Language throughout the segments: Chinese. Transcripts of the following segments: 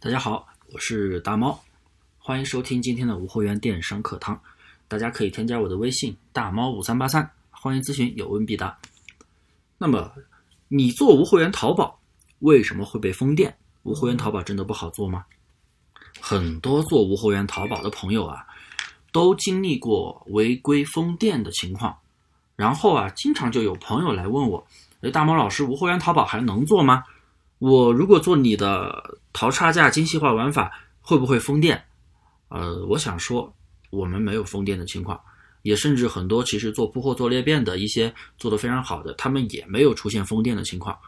大家好，我是大猫，欢迎收听今天的无货源电商课堂。大家可以添加我的微信大猫5383，欢迎咨询，有问必答。那么你做无货源淘宝为什么会被封店？无货源淘宝真的不好做吗？很多做无货源淘宝的朋友啊，都经历过违规封店的情况，然后啊，经常就有朋友来问我，大猫老师，无货源淘宝还能做吗？我如果做你的淘差价精细化玩法会不会封店？我想说我们没有封店的情况，也甚至很多其实做铺货做裂变的一些做得非常好的，他们也没有出现封店的情况。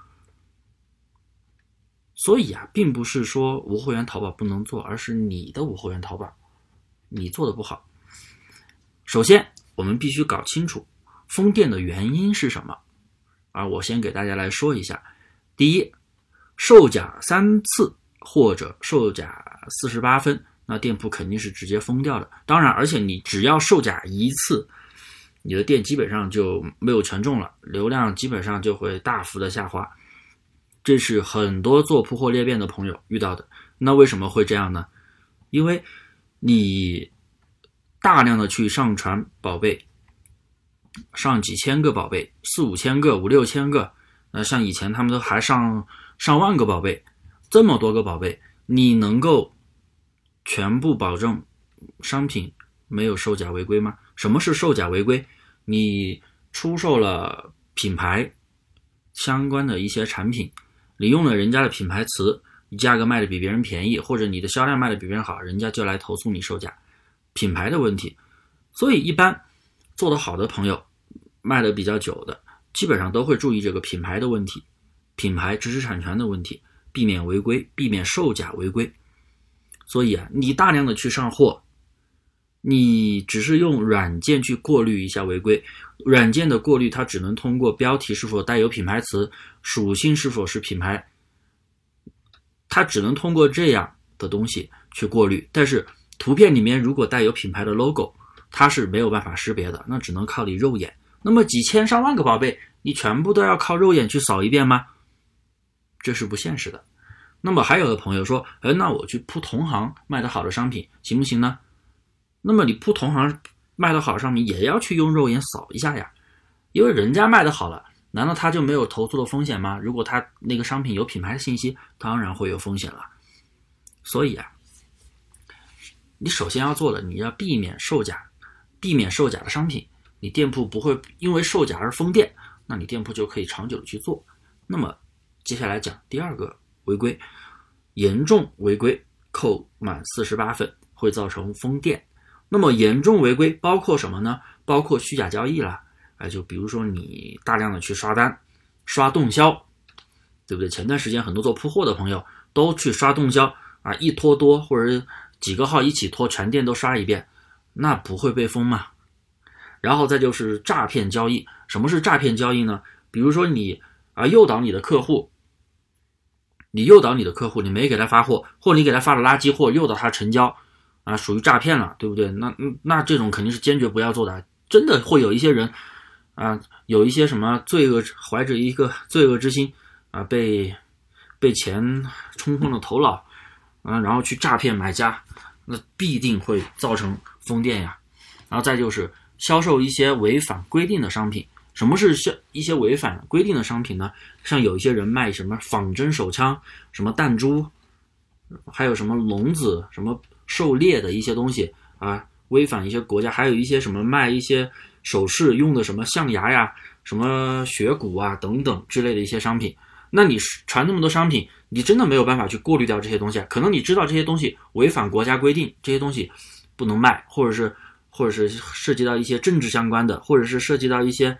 所以啊，并不是说无货源淘宝不能做，而是你的无货源淘宝你做的不好。首先我们必须搞清楚封店的原因是什么我先给大家来说一下。第一，售假3次或者售假48分，那店铺肯定是直接封掉的。当然，而且你只要售假1次，你的店基本上就没有权重了，流量基本上就会大幅的下滑。这是很多做铺货裂变的朋友遇到的。那为什么会这样呢？因为你大量的去上传宝贝，上几千个宝贝，4、5千个、5、6千个，像以前他们都还上万个宝贝，这么多个宝贝，你能够全部保证商品没有售假违规吗？什么是售假违规？你出售了品牌相关的一些产品，你用了人家的品牌词，你价格卖的比别人便宜，或者你的销量卖的比别人好，人家就来投诉你售假，品牌的问题。所以一般做得好的朋友，卖的比较久的，基本上都会注意这个品牌的问题，品牌知识产权的问题，避免违规，避免售假违规。所以你大量的去上货，你只是用软件去过滤一下违规，软件的过滤它只能通过标题是否带有品牌词，属性是否是品牌，它只能通过这样的东西去过滤。但是图片里面如果带有品牌的 logo， 它是没有办法识别的，那只能靠你肉眼。那么几千上万个宝贝，你全部都要靠肉眼去扫一遍吗？这是不现实的。那么还有的朋友说，那我去铺同行卖得好的商品行不行呢？那么你铺同行卖得好的商品也要去用肉眼扫一下呀，因为人家卖得好了，难道他就没有投诉的风险吗？如果他那个商品有品牌信息，当然会有风险了。所以你首先要做的，你要避免售假，避免售假的商品，你店铺不会因为售假而封店，那你店铺就可以长久的去做。那么接下来讲第二个违规，严重违规扣满48分会造成封店。那么严重违规包括什么呢？包括虚假交易啦，就比如说你大量的去刷单，刷动销，对不对？前段时间很多做铺货的朋友都去刷动销一拖多或者几个号一起拖，全店都刷一遍，那不会被封吗？然后再就是诈骗交易。什么是诈骗交易呢？比如说你诱导你的客户，你没给他发货，或者你给他发了垃圾货，诱导他成交属于诈骗了，对不对？那这种肯定是坚决不要做的。真的会有一些人有一些什么罪恶，怀着一个罪恶之心被钱冲昏了头脑然后去诈骗买家，那必定会造成封店呀。然后再就是销售一些违反规定的商品。什么是一些违反规定的商品呢？像有一些人卖什么仿真手枪，什么弹珠，还有什么笼子，什么狩猎的一些东西违反一些国家，还有一些什么卖一些首饰用的什么象牙呀，什么血骨等等之类的一些商品。那你传那么多商品，你真的没有办法去过滤掉这些东西。可能你知道这些东西违反国家规定，这些东西不能卖，或者是涉及到一些政治相关的，或者是涉及到一些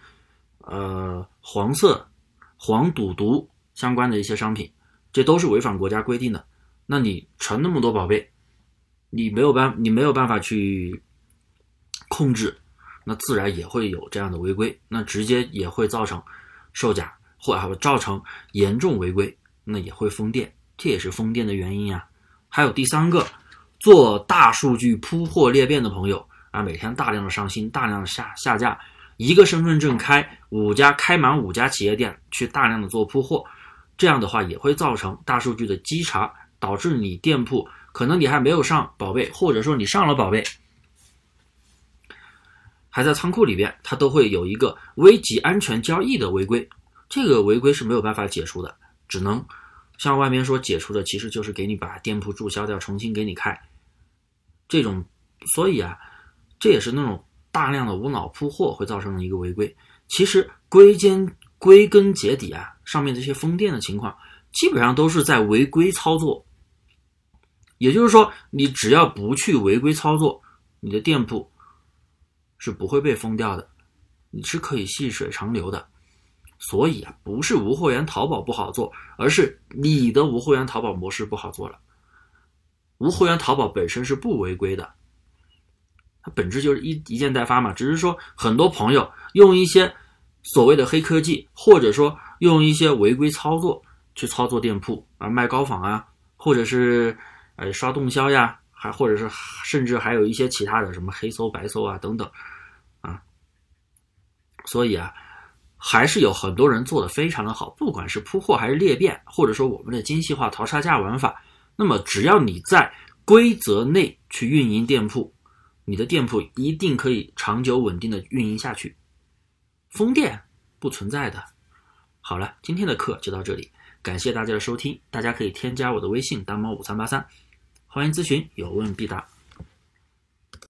黄赌毒相关的一些商品，这都是违反国家规定的。那你传那么多宝贝，你没有办法去控制，那自然也会有这样的违规，那直接也会造成售假，或者造成严重违规，那也会封店，这也是封店的原因呀。还有第三个，做大数据铺货裂变的朋友每天大量的上新，大量的下架，一个身份证开满5家企业店去大量的做铺货，这样的话也会造成大数据的稽查导致你店铺可能你还没有上宝贝，或者说你上了宝贝，还在仓库里边，它都会有一个危及安全交易的违规。这个违规是没有办法解除的，只能像外面说解除的，其实就是给你把店铺注销掉，重新给你开。这种，所以啊，这也是那种大量的无脑铺货会造成的一个违规。其实归根结底啊，上面这些封店的情况，基本上都是在违规操作。也就是说，你只要不去违规操作，你的店铺是不会被封掉的，你是可以细水长流的。所以啊，不是无货源淘宝不好做，而是你的无货源淘宝模式不好做了。无货源淘宝本身是不违规的，它本质就是一件代发嘛，只是说很多朋友用一些所谓的黑科技，或者说用一些违规操作去操作店铺啊，卖高仿啊，或者是刷动销呀，还或者是甚至还有一些其他的什么黑搜白搜啊等等啊。所以啊，还是有很多人做得非常的好，不管是铺货还是裂变，或者说我们的精细化淘差价玩法，那么只要你在规则内去运营店铺，你的店铺一定可以长久稳定的运营下去，封店不存在的。好了，今天的课就到这里，感谢大家的收听，大家可以添加我的微信当猫5383，欢迎咨询，有问必答。